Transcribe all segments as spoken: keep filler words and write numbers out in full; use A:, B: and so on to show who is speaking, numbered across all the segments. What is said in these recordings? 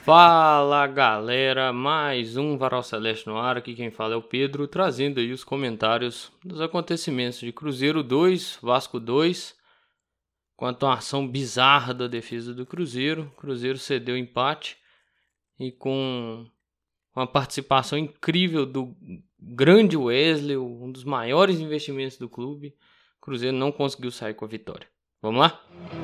A: Fala galera, mais um Varal Celeste no ar, aqui quem fala é o Pedro, trazendo aí os comentários dos acontecimentos de Cruzeiro dois, Vasco dois, quanto à ação bizarra da defesa do Cruzeiro. Cruzeiro cedeu empate e com uma participação incrível do grande Wesley, um dos maiores investimentos do clube, o Cruzeiro não conseguiu sair com a vitória. Vamos lá?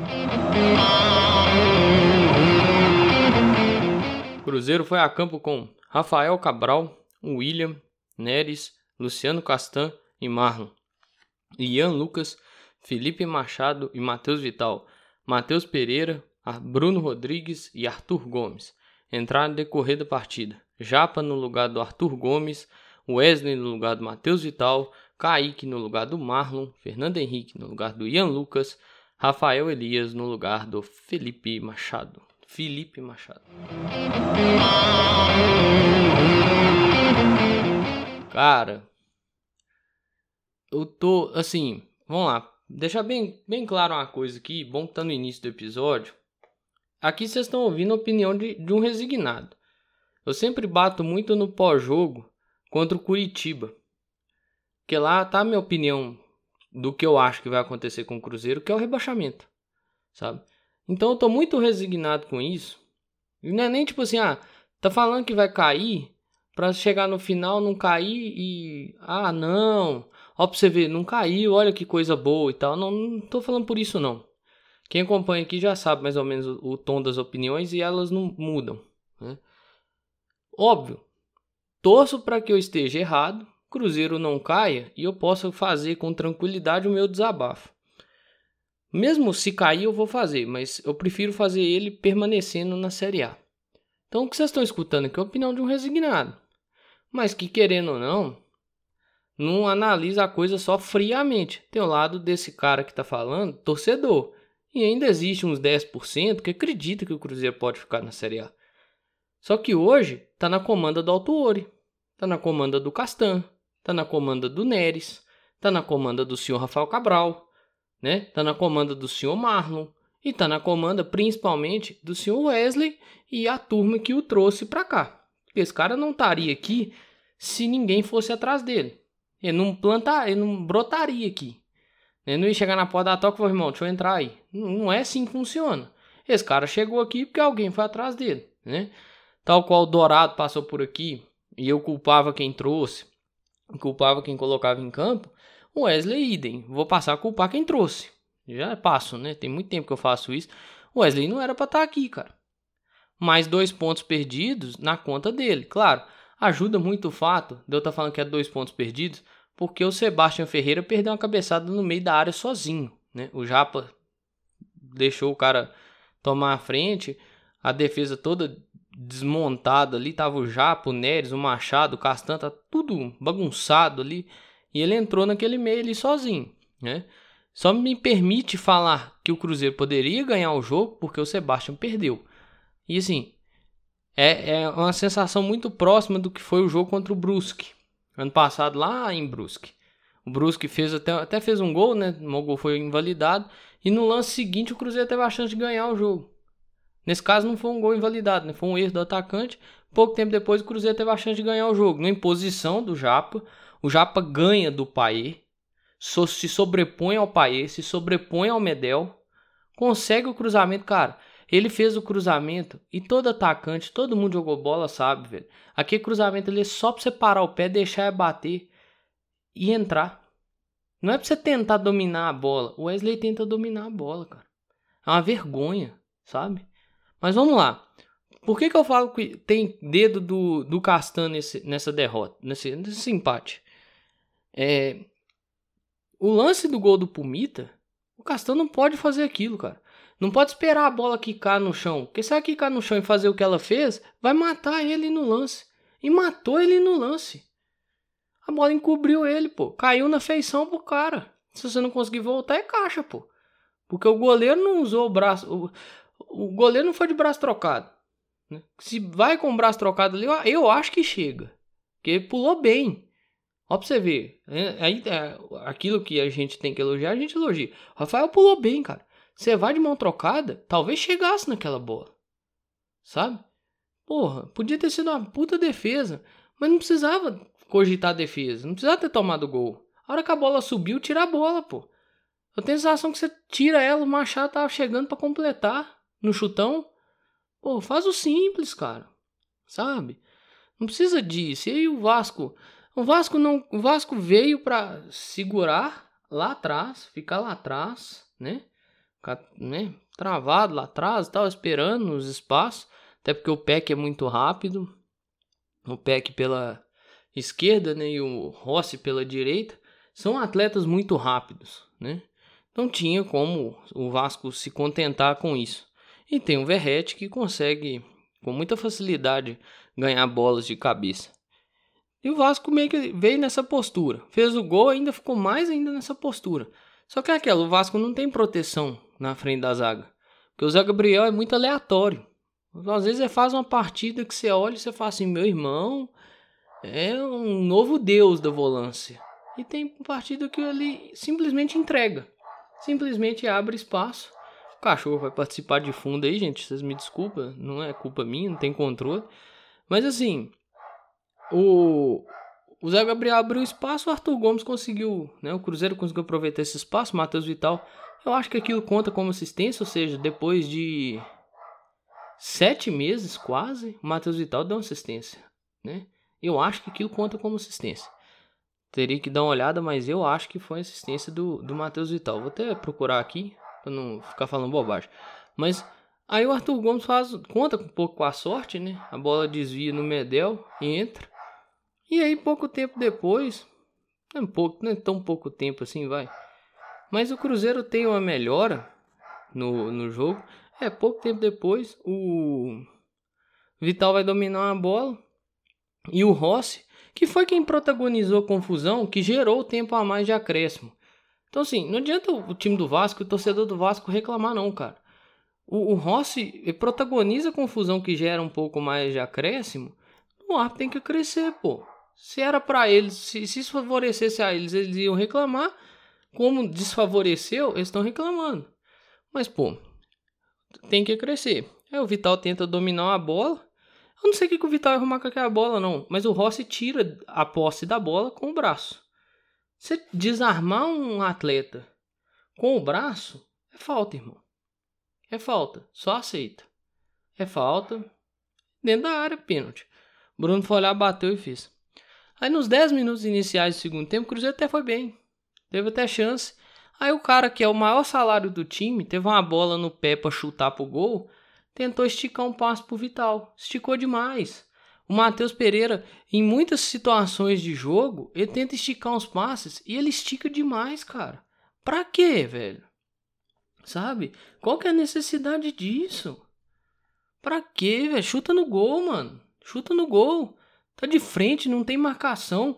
A: Cruzeiro foi a campo com Rafael Cabral, William, Neres, Luciano Castan e Marlon, Ian Lucas, Felipe Machado e Matheus Vital, Matheus Pereira, Bruno Rodrigues e Arthur Gomes. Entraram no decorrer da partida: Japa no lugar do Arthur Gomes, Wesley no lugar do Matheus Vital, Kaique no lugar do Marlon, Fernando Henrique no lugar do Ian Lucas, Rafael Elias no lugar do Felipe Machado. Felipe Machado. Cara, eu tô, assim, vamos lá, deixar bem, bem claro uma coisa aqui, bom que tá no início do episódio. Aqui vocês estão ouvindo a opinião de, de um resignado. Eu sempre bato muito no pós-jogo contra o Curitiba, porque lá tá a minha opinião do que eu acho que vai acontecer com o Cruzeiro, que é o rebaixamento, sabe? Então eu tô muito resignado com isso. E não é nem tipo assim, ah, tá falando que vai cair pra chegar no final não cair e... Ah, não. Ó pra você ver, não caiu, olha que coisa boa e tal. Não, não tô falando por isso não. Quem acompanha aqui já sabe mais ou menos o, o tom das opiniões e elas não mudam, né? Óbvio, torço pra que eu esteja errado, Cruzeiro não caia e eu possa fazer com tranquilidade o meu desabafo. Mesmo se cair eu vou fazer, mas eu prefiro fazer ele permanecendo na Série A. Então o que vocês estão escutando aqui é a opinião de um resignado. Mas que querendo ou não, não analisa a coisa só friamente. Tem o lado desse cara que está falando, torcedor. E ainda existe uns dez por cento que acredita que o Cruzeiro pode ficar na Série A. Só que hoje está na comanda do Autuori, está na comanda do Castan, está na comanda do Neres, está na comanda do senhor Rafael Cabral, né? Tá na comanda do senhor Marlon e tá na comanda principalmente do senhor Wesley e a turma que o trouxe pra cá. Esse cara não estaria aqui se ninguém fosse atrás dele. Ele não plantar, ele não brotaria aqui. Ele não ia chegar na porta da toca e falar, irmão, deixa eu entrar aí. Não, não é assim que funciona. Esse cara chegou aqui porque alguém foi atrás dele, né? Tal qual o Dourado passou por aqui e eu culpava quem trouxe, culpava quem colocava em campo. O Wesley idem, vou passar a culpar quem trouxe. Já passo, né? Tem muito tempo que eu faço isso. O Wesley não era pra estar aqui, cara. Mais dois pontos perdidos na conta dele. Claro, ajuda muito o fato de eu estar falando que é dois pontos perdidos, porque o Sebastião Ferreira perdeu uma cabeçada no meio da área sozinho, né? O Japa deixou o cara tomar a frente, a defesa toda desmontada ali, tava o Japa, o Neres, o Machado, o Castan, tá tudo bagunçado ali. E ele entrou naquele meio ali sozinho, né? Só me permite falar que o Cruzeiro poderia ganhar o jogo porque o Sebastião perdeu. E assim, é, é uma sensação muito próxima do que foi o jogo contra o Brusque. Ano passado lá em Brusque. O Brusque fez até, até fez um gol, né? O gol foi invalidado. E no lance seguinte o Cruzeiro teve a chance de ganhar o jogo. Nesse caso não foi um gol invalidado, né? Foi um erro do atacante. Pouco tempo depois o Cruzeiro teve a chance de ganhar o jogo. Na imposição do Japa. O Japa ganha do Paê, so, se sobrepõe ao Paê, se sobrepõe ao Medel, consegue o cruzamento, cara. Ele fez o cruzamento e todo atacante, todo mundo jogou bola, sabe, velho. Aquele cruzamento ali é só pra você parar o pé, deixar ele bater e entrar. Não é pra você tentar dominar a bola. O Wesley tenta dominar a bola, cara. É uma vergonha, sabe? Mas vamos lá. Por que que eu falo que tem dedo do, do Castan nesse, nessa derrota, nesse, nesse empate? É, o lance do gol do Pumita, o Castan não pode fazer aquilo, cara. Não pode esperar a bola quicar no chão. Porque se ela quicar no chão e fazer o que ela fez, vai matar ele no lance. E matou ele no lance. A bola encobriu ele, pô. Caiu na feição pro cara. Se você não conseguir voltar, é caixa, pô. Porque o goleiro não usou o braço... O, o goleiro não foi de braço trocado, né? Se vai com o braço trocado ali, eu acho que chega. Porque ele pulou bem. Ó pra você ver, aí é, aquilo que a gente tem que elogiar, a gente elogia. O Rafael pulou bem, cara. Você vai de mão trocada, talvez chegasse naquela bola, sabe? Porra, podia ter sido uma puta defesa, mas não precisava cogitar a defesa, não precisava ter tomado gol. A hora que a bola subiu, tira a bola, pô. Eu tenho a sensação que você tira ela, o Machado tava chegando pra completar no chutão. Pô, faz o simples, cara. Sabe? Não precisa disso. E aí o Vasco, o Vasco não, o Vasco veio pra segurar lá atrás, ficar lá atrás, né? Ficar, né? Travado lá atrás, tava esperando nos espaços, até porque o Peck é muito rápido. O Peck pela esquerda, né, e o Rossi pela direita, são atletas muito rápidos, né? Não tinha como o Vasco se contentar com isso. E tem o Verratti que consegue com muita facilidade ganhar bolas de cabeça. E o Vasco meio que veio nessa postura. Fez o gol e ainda ficou mais ainda nessa postura. Só que é aquela, o Vasco não tem proteção na frente da zaga. Porque o Zé Gabriel é muito aleatório. Às vezes ele faz uma partida que você olha e você fala assim, meu irmão é um novo deus da volância. E tem partida que ele simplesmente entrega. Simplesmente abre espaço. O cachorro vai participar de fundo aí, gente. Vocês me desculpem. Não é culpa minha, não tem controle. Mas assim, o, o Zé Gabriel abriu espaço, o Arthur Gomes conseguiu, né? O Cruzeiro conseguiu aproveitar esse espaço, o Matheus Vital. Eu acho que aquilo conta como assistência, ou seja, depois de sete meses quase, o Matheus Vital deu uma assistência, né? Eu acho que aquilo conta como assistência. Teria que dar uma olhada, mas eu acho que foi assistência do, do Matheus Vital. Vou até procurar aqui, pra não ficar falando bobagem. Mas aí o Arthur Gomes faz, conta um pouco com a sorte, né? A bola desvia no Medel e entra. E aí pouco tempo depois, não é, pouco, não é tão pouco tempo assim, vai. Mas o Cruzeiro tem uma melhora no, no jogo. É, pouco tempo depois, o Vital vai dominar a bola. E o Rossi, que foi quem protagonizou a confusão, que gerou o tempo a mais de acréscimo. Então assim, não adianta o time do Vasco, o torcedor do Vasco reclamar não, cara. O, o Rossi protagoniza a confusão que gera um pouco mais de acréscimo. O árbitro tem que crescer, pô. Se era pra eles, se, se isso favorecesse a eles, eles iam reclamar. Como desfavoreceu, eles estão reclamando. Mas, pô, tem que crescer. Aí o Vital tenta dominar a bola. Eu não sei o que, que o Vital ia arrumar com aquela bola, não. Mas o Rossi tira a posse da bola com o braço. Você desarmar um atleta com o braço é falta, irmão. É falta. Só aceita. É falta. Dentro da área, pênalti. Bruno foi lá, bateu e fez. Aí nos dez minutos iniciais do segundo tempo, o Cruzeiro até foi bem. Teve até chance. Aí o cara que é o maior salário do time, teve uma bola no pé pra chutar pro gol, tentou esticar um passo pro Vital. Esticou demais. O Matheus Pereira, em muitas situações de jogo, ele tenta esticar uns passes e ele estica demais, cara. Pra quê, velho? Sabe? Qual que é a necessidade disso? Pra quê, velho? Chuta no gol, mano. Chuta no gol. Tá de frente, não tem marcação.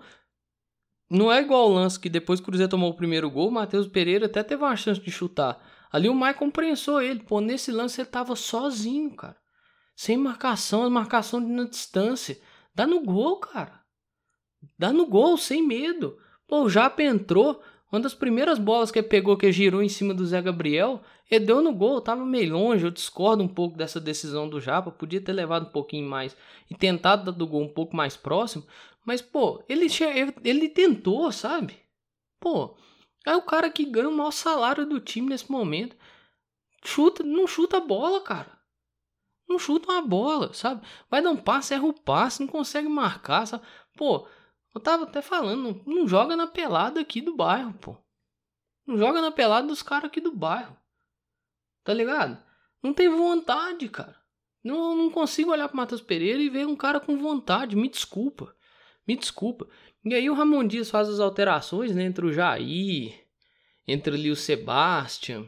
A: Não é igual o lance que depois que o Cruzeiro tomou o primeiro gol, o Matheus Pereira até teve uma chance de chutar. Ali o Maicon prensou ele. Pô, nesse lance ele tava sozinho, cara. Sem marcação, marcação na distância. Dá no gol, cara. Dá no gol, sem medo. Pô, o Japa entrou. Uma das primeiras bolas que ele pegou, que ele girou em cima do Zé Gabriel, ele deu no gol, tava meio longe. Eu discordo um pouco dessa decisão do Japa. Podia ter levado um pouquinho mais e tentado dar do gol um pouco mais próximo. Mas, pô, ele, ele, ele tentou, sabe? Pô, é o cara que ganha o maior salário do time nesse momento. Chuta, não chuta a bola, cara. Não chuta uma bola, sabe? Vai dar um passe, erra o passe, não consegue marcar, sabe? Pô, eu tava até falando, não, não joga na pelada aqui do bairro, pô. Não joga na pelada dos caras aqui do bairro. Tá ligado? Não tem vontade, cara. Não, não consigo olhar pro Matheus Pereira e ver um cara com vontade, me desculpa. Me desculpa. E aí o Ramon Dias faz as alterações, né? Entra o Jair, entra ali o Sebastian,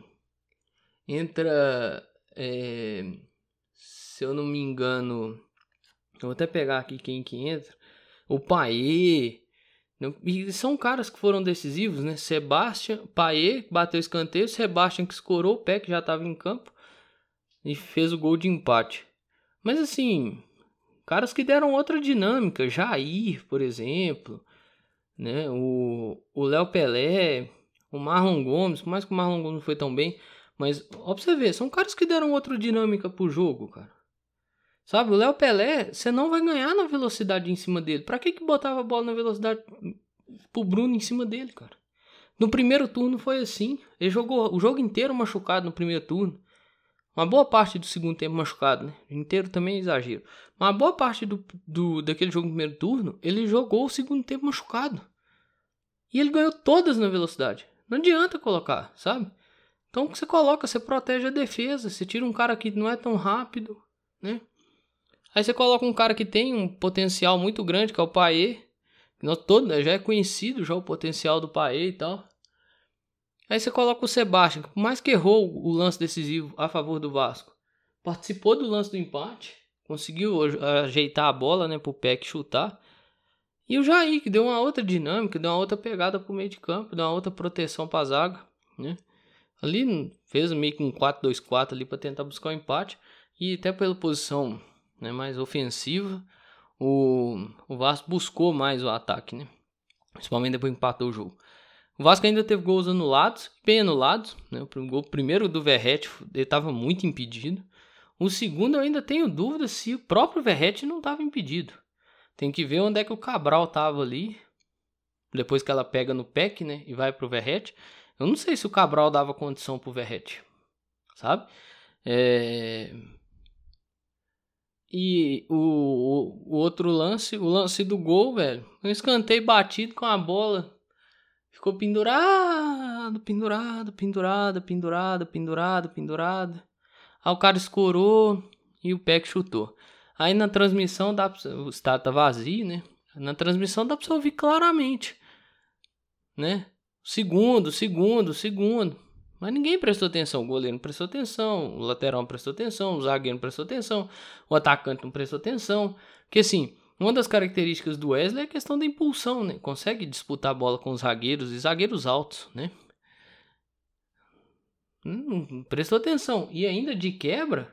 A: entra, é, se eu não me engano, eu vou até pegar aqui quem que entra, o Paê. E são caras que foram decisivos, né? Sebastian, Paê, bateu escanteio, Sebastian que escorou, o pé que já estava em campo e fez o gol de empate. Mas assim, caras que deram outra dinâmica, Jair, por exemplo, né? O o Léo Pelé, o Marlon Gomes, por mais que o Marlon Gomes não foi tão bem, mas ó pra você ver, são caras que deram outra dinâmica pro jogo, cara. Sabe, o Léo Pelé, você não vai ganhar na velocidade em cima dele. Pra que que botava a bola na velocidade pro Bruno em cima dele, cara? No primeiro turno foi assim. Ele jogou o jogo inteiro machucado no primeiro turno. Uma boa parte do segundo tempo machucado, né? Inteiro também é exagero. Uma boa parte do, do, daquele jogo no primeiro turno, ele jogou o segundo tempo machucado. E ele ganhou todas na velocidade. Não adianta colocar, sabe? Então o que você coloca, você protege a defesa. Você tira um cara que não é tão rápido, né? Aí você coloca um cara que tem um potencial muito grande, que é o Payet. Todo, já é conhecido já o potencial do Payet e tal. Aí você coloca o Sebastião, que por mais que errou o lance decisivo a favor do Vasco, participou do lance do empate, conseguiu ajeitar a bola, né, pro Peck chutar. E o Jair, que deu uma outra dinâmica, deu uma outra pegada pro meio de campo, deu uma outra proteção pra zaga, né? Ali fez meio que um quatro dois quatro ali para tentar buscar o empate. E até pela posição, né, mais ofensiva, o, o Vasco buscou mais o ataque, né? Principalmente depois que empatou o jogo. O Vasco ainda teve gols anulados, bem anulados, né? O gol primeiro do Verratti, ele estava muito impedido. O segundo eu ainda tenho dúvida se o próprio Verratti não estava impedido. Tem que ver onde é que o Cabral estava ali, depois que ela pega no Peck, né, e vai pro Verratti. Eu não sei se o Cabral dava condição pro Verratti, sabe? É... E o, o, o outro lance, o lance do gol, velho, um escanteio batido com a bola. Ficou pendurado, pendurado, pendurado, pendurado, pendurado, pendurado. Aí o cara escorou e o Peck chutou. Aí na transmissão, dá pra, o estádio tá vazio, né? Na transmissão dá pra você ouvir claramente, né? Segundo, segundo, segundo. Mas ninguém prestou atenção. O goleiro não prestou atenção, o lateral não prestou atenção, o zagueiro não prestou atenção, o atacante não prestou atenção. Porque assim, uma das características do Wesley é a questão da impulsão, né? Consegue disputar a bola com os zagueiros e zagueiros altos, né? Não prestou atenção. E ainda de quebra,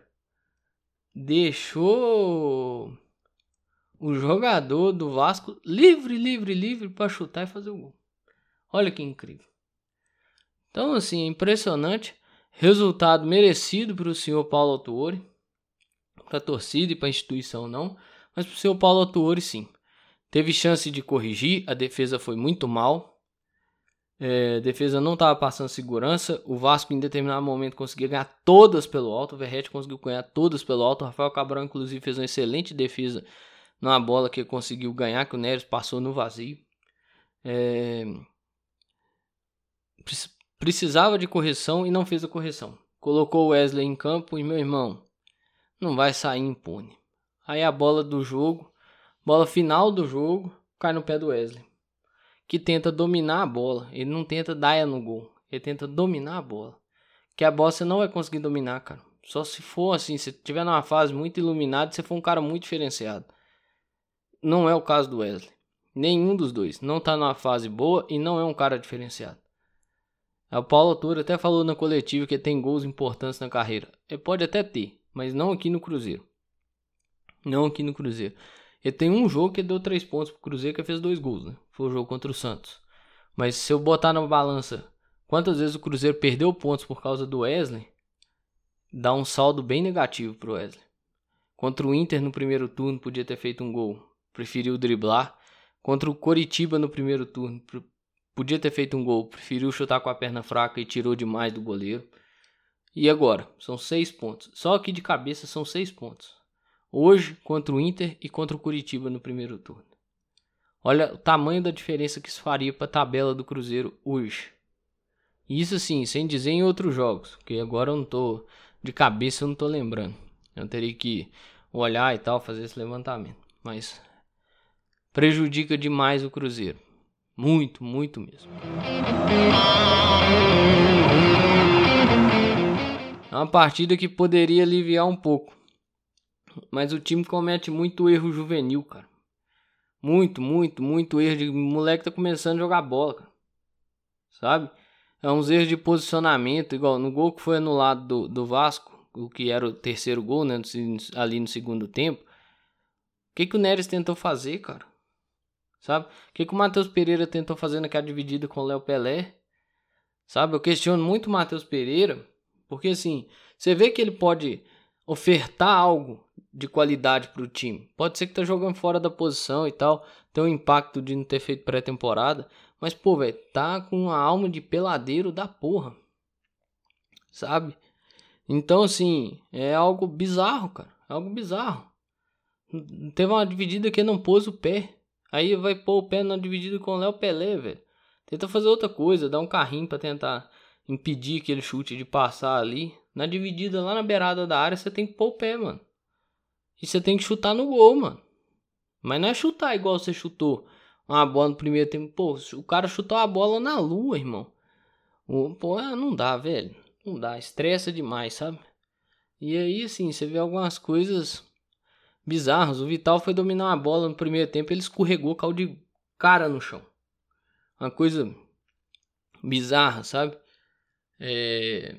A: deixou o jogador do Vasco livre, livre, livre para chutar e fazer o gol. Olha que incrível. Então, assim, é impressionante. Resultado merecido para o senhor Paulo Autuori. Para a torcida e para a instituição não. Mas para o senhor Paulo Autuori, sim. Teve chance de corrigir. A defesa foi muito mal. É, a defesa não estava passando segurança. O Vasco, em determinado momento, conseguia ganhar todas pelo alto. O Verratti conseguiu ganhar todas pelo alto. O Rafael Cabral, inclusive, fez uma excelente defesa numa bola que ele conseguiu ganhar, que o Neres passou no vazio. É... Precisava de correção e não fez a correção. Colocou o Wesley em campo e, meu irmão, não vai sair impune. Aí a bola do jogo, bola final do jogo, cai no pé do Wesley, que tenta dominar a bola. Ele não tenta dar ela no gol, ele tenta dominar a bola. Que a bola você não vai conseguir dominar, cara. Só se for assim, se tiver numa fase muito iluminada, você for um cara muito diferenciado. Não é o caso do Wesley. Nenhum dos dois. Não tá numa fase boa e não é um cara diferenciado. O Paulo Autuori até falou na coletiva que tem gols importantes na carreira. Ele pode até ter, mas não aqui no Cruzeiro. Não aqui no Cruzeiro. Ele tem um jogo que ele deu três pontos pro Cruzeiro, que fez dois gols, né? Foi o jogo contra o Santos. Mas se eu botar na balança quantas vezes o Cruzeiro perdeu pontos por causa do Wesley, dá um saldo bem negativo pro Wesley. Contra o Inter no primeiro turno podia ter feito um gol, preferiu driblar. Contra o Coritiba no primeiro turno, podia ter feito um gol, preferiu chutar com a perna fraca e tirou demais do goleiro. E agora? São seis pontos. Só aqui de cabeça são seis pontos. Hoje, contra o Inter e contra o Coritiba no primeiro turno. Olha o tamanho da diferença que isso faria para a tabela do Cruzeiro hoje. Isso sim, sem dizer em outros jogos, porque agora eu não tô de cabeça, eu não tô lembrando. Eu teria que olhar e tal, fazer esse levantamento. Mas prejudica demais o Cruzeiro. Muito, muito mesmo. É uma partida que poderia aliviar um pouco. Mas o time comete muito erro juvenil, cara. Muito, muito, muito erro de moleque tá começando a jogar bola, cara. Sabe? É uns erros de posicionamento, igual no gol que foi anulado do, do Vasco, o que era o terceiro gol, né, ali no segundo tempo. O que que o Neres tentou fazer, cara? Sabe? O que que o Matheus Pereira tentou fazer naquela dividida com o Léo Pelé? Sabe? Eu questiono muito o Matheus Pereira, porque assim, você vê que ele pode ofertar algo de qualidade pro time. Pode ser que tá jogando fora da posição e tal, tem um impacto de não ter feito pré-temporada, mas pô, velho, tá com uma alma de peladeiro da porra, sabe? Então, assim, é algo bizarro, cara, é algo bizarro. Teve uma dividida que não pôs o pé, aí vai pôr o pé na dividida com o Léo Pelé, velho. Tenta fazer outra coisa, dar um carrinho pra tentar impedir aquele chute de passar ali. Na dividida lá na beirada da área, você tem que pôr o pé, mano. E você tem que chutar no gol, mano. Mas não é chutar igual você chutou uma bola no primeiro tempo. Pô, o cara chutou a bola na lua, irmão. Pô, não dá, velho. Não dá, estressa demais, sabe? E aí, assim, você vê algumas coisas bizarras. O Vital foi dominar uma bola no primeiro tempo, ele escorregou, caiu de cara no chão. Uma coisa bizarra, sabe? É...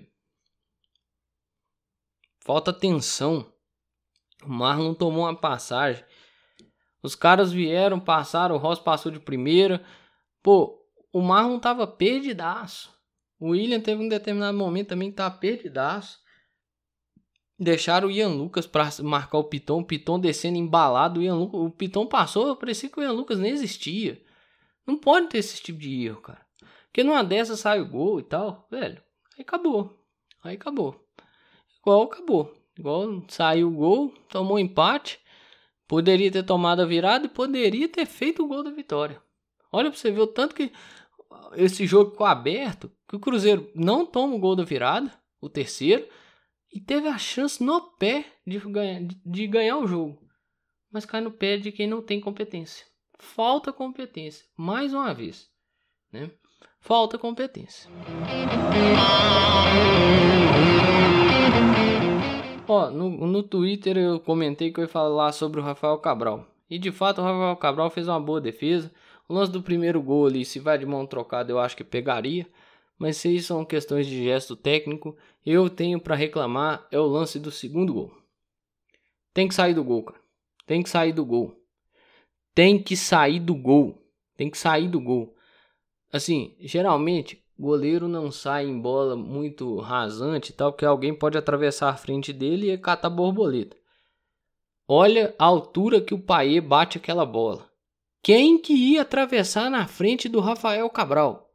A: Falta atenção. O Marlon tomou uma passagem. Os caras vieram, passaram, o Ross passou de primeira. Pô, o Marlon tava perdidaço. O William teve um determinado momento também que tava perdidaço. Deixaram o Ian Lucas pra marcar o Piton. O Piton descendo embalado. O, Ian Lucas, o Piton passou, parecia que o Ian Lucas nem existia. Não pode ter esse tipo de erro, cara. Porque numa dessas sai o gol e tal, velho. Aí acabou. Aí acabou. Igual acabou. Igual saiu o gol, tomou empate. Poderia ter tomado a virada e poderia ter feito o gol da vitória. Olha pra você ver o tanto que esse jogo ficou aberto, que o Cruzeiro não toma o gol da virada, o terceiro, e teve a chance no pé de ganhar, de ganhar o jogo. Mas cai no pé de quem não tem competência. Falta competência, mais uma vez, né? Falta competência. Ó, no, no Twitter eu comentei que eu ia falar sobre o Rafael Cabral. E de fato o Rafael Cabral fez uma boa defesa. O lance do primeiro gol ali, se vai de mão trocada, eu acho que pegaria. Mas se isso são questões de gesto técnico, eu tenho pra reclamar é o lance do segundo gol. Tem que sair do gol, cara. Tem que sair do gol. Tem que sair do gol. Tem que sair do gol. Assim, geralmente, goleiro não sai em bola muito rasante e tal, porque alguém pode atravessar a frente dele e catar borboleta. Olha a altura que o Payet bate aquela bola. Quem que ia atravessar na frente do Rafael Cabral?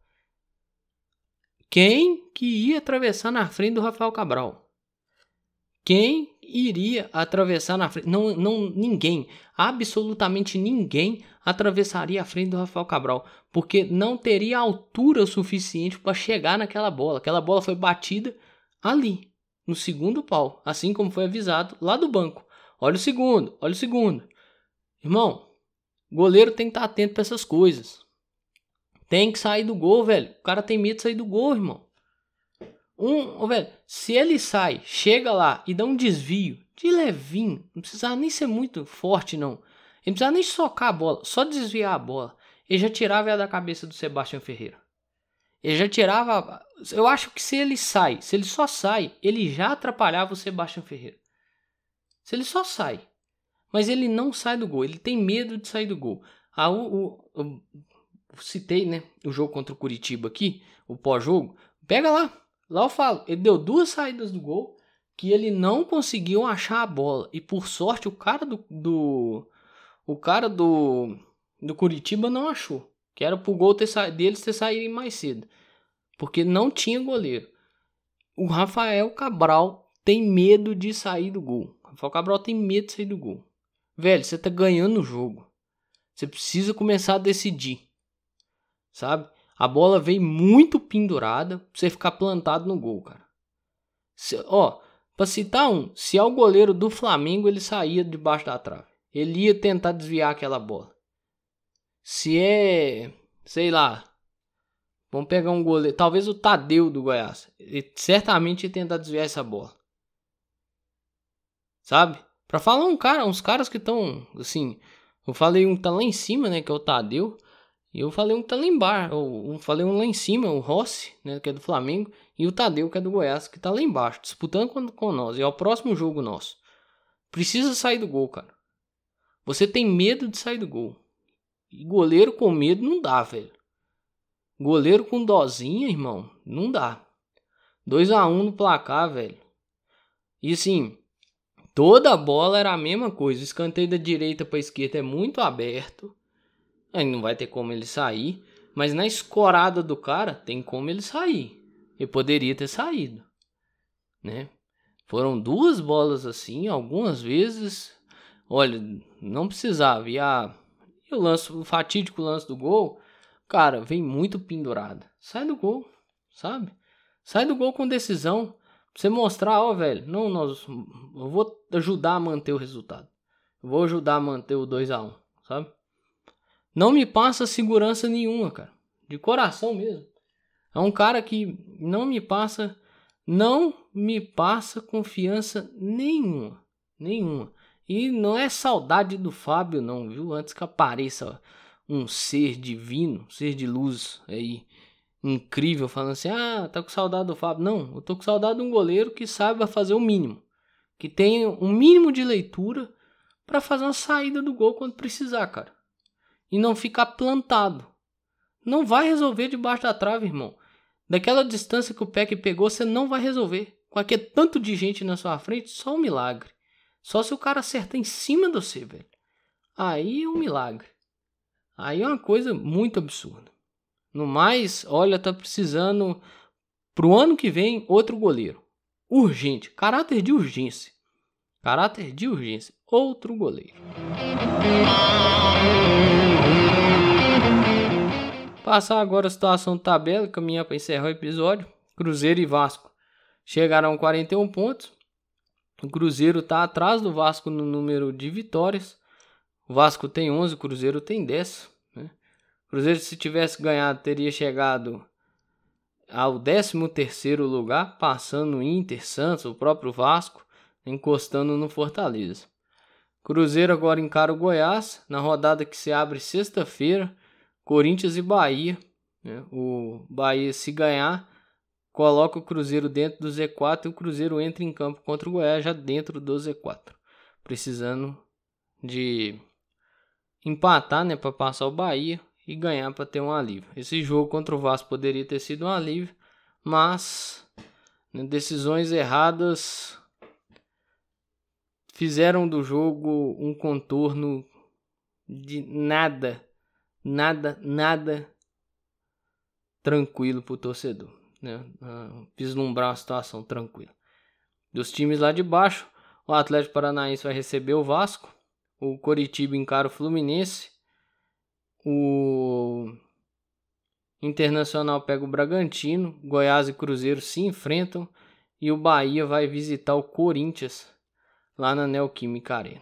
A: Quem que ia atravessar na frente do Rafael Cabral? Quem iria atravessar na frente? Não, não, ninguém, absolutamente ninguém atravessaria a frente do Rafael Cabral, porque não teria altura suficiente para chegar naquela bola. Aquela bola foi batida ali, no segundo pau, assim como foi avisado lá do banco. Olha o segundo, olha o segundo. Irmão, goleiro tem que estar atento para essas coisas. Tem que sair do gol, velho. O cara tem medo de sair do gol, irmão. Um, velho, se ele sai, chega lá e dá um desvio de levinho, não precisava nem ser muito forte, não. Ele não precisava nem socar a bola, só desviar a bola. Ele já tirava ela da cabeça do Sebastião Ferreira. Ele já tirava. Eu acho que se ele sai, se ele só sai, ele já atrapalhava o Sebastião Ferreira. Se ele só sai. Mas ele não sai do gol, ele tem medo de sair do gol. Ah, o, o, o, citei, né, o jogo contra o Curitiba aqui, o pós-jogo. Pega lá. Lá eu falo, ele deu duas saídas do gol que ele não conseguiu achar a bola. E por sorte o cara do, do o cara do, do Curitiba não achou. Que era pro gol ter sa- deles ter saído mais cedo. Porque não tinha goleiro. O Rafael Cabral tem medo de sair do gol. O Rafael Cabral tem medo de sair do gol. Velho, você tá ganhando o jogo. Você precisa começar a decidir. Sabe? A bola veio muito pendurada pra você ficar plantado no gol, cara. Se, ó, pra citar um, se é o goleiro do Flamengo, ele saía debaixo da trave. Ele ia tentar desviar aquela bola. Se é, sei lá, vamos pegar um goleiro, talvez o Tadeu do Goiás. Ele certamente ia tentar desviar essa bola. Sabe? Pra falar um cara, uns caras que estão, assim, eu falei um que tá lá em cima, né, que é o Tadeu. E eu falei um que tá lá embaixo, eu falei um lá em cima, o Rossi, né, que é do Flamengo, e o Tadeu, que é do Goiás, que tá lá embaixo, disputando com, com nós. E é o próximo jogo nosso. Precisa sair do gol, cara. Você tem medo de sair do gol. E goleiro com medo não dá, velho. Goleiro com dozinha, irmão, não dá. dois a um no placar, velho. E assim, Toda a bola era a mesma coisa. O escanteio da direita para a esquerda é muito aberto. Aí não vai ter como ele sair. Mas na escorada do cara tem como ele sair. Ele poderia ter saído, né? Foram duas bolas assim, algumas vezes. Olha, não precisava. E, a, e o, lance, o fatídico lance do gol, cara, vem muito pendurada. Sai do gol, sabe? Sai do gol com decisão. Pra você mostrar, ó, velho, não, nós, eu vou ajudar a manter o resultado. Eu vou ajudar a manter o dois a um, sabe? Não me passa segurança nenhuma, cara. De coração mesmo. É um cara que não me passa, não me passa confiança nenhuma. Nenhuma. E não é saudade do Fábio, não, viu? Antes que apareça um ser divino, um ser de luz aí, incrível, falando assim, ah, tá com saudade do Fábio. Não, eu tô com saudade de um goleiro que saiba fazer o mínimo. Que tenha um mínimo de leitura pra fazer uma saída do gol quando precisar, cara. E não ficar plantado. Não vai resolver debaixo da trave, irmão. Daquela distância que o Peck pegou, você não vai resolver. Com aquele tanto de gente na sua frente, só um milagre. Só se o cara acertar em cima de você, velho. Aí é um milagre. Aí é uma coisa muito absurda. No mais, olha, tá precisando pro ano que vem outro goleiro. Urgente. Caráter de urgência. Caráter de urgência. Outro goleiro. Passar agora a situação de tabela, caminhar para encerrar o episódio. Cruzeiro e Vasco chegaram a quarenta e um pontos. O Cruzeiro está atrás do Vasco no número de vitórias. O Vasco tem onze, o Cruzeiro tem dez. Né? O Cruzeiro, se tivesse ganhado, teria chegado ao décimo terceiro lugar, passando o Inter, Santos, o próprio Vasco, encostando no Fortaleza. Cruzeiro agora encara o Goiás, na rodada que se abre sexta-feira. Corinthians e Bahia, né? O Bahia, se ganhar, coloca o Cruzeiro dentro do Z quatro e o Cruzeiro entra em campo contra o Goiás já dentro do Z quatro, precisando de empatar, né, para passar o Bahia e ganhar para ter um alívio. Esse jogo contra o Vasco poderia ter sido um alívio, mas, né, decisões erradas fizeram do jogo um contorno de nada. Nada, nada tranquilo pro torcedor, né? Uh, vislumbrar uma situação tranquila. Dos times lá de baixo, o Atlético Paranaense vai receber o Vasco, o Coritiba encara o Fluminense, o Internacional pega o Bragantino, Goiás e Cruzeiro se enfrentam e o Bahia vai visitar o Corinthians lá na Neoquímica Arena.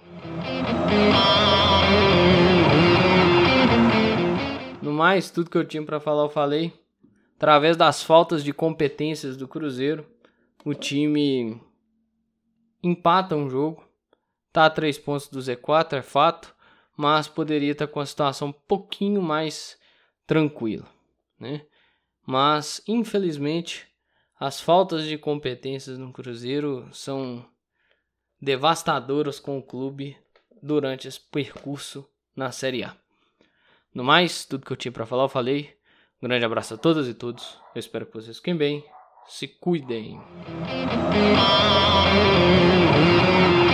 A: No mais, tudo que eu tinha para falar eu falei. Através das faltas de competências do Cruzeiro, o time empata um jogo. Tá a três pontos do Z quatro, é fato, mas poderia estar com a situação um pouquinho mais tranquila, né? Mas, infelizmente, as faltas de competências no Cruzeiro são devastadoras com o clube durante esse percurso na Série A. No mais, tudo que eu tinha para falar eu falei. Um grande abraço a todas e todos. Eu espero que vocês fiquem bem. Se cuidem.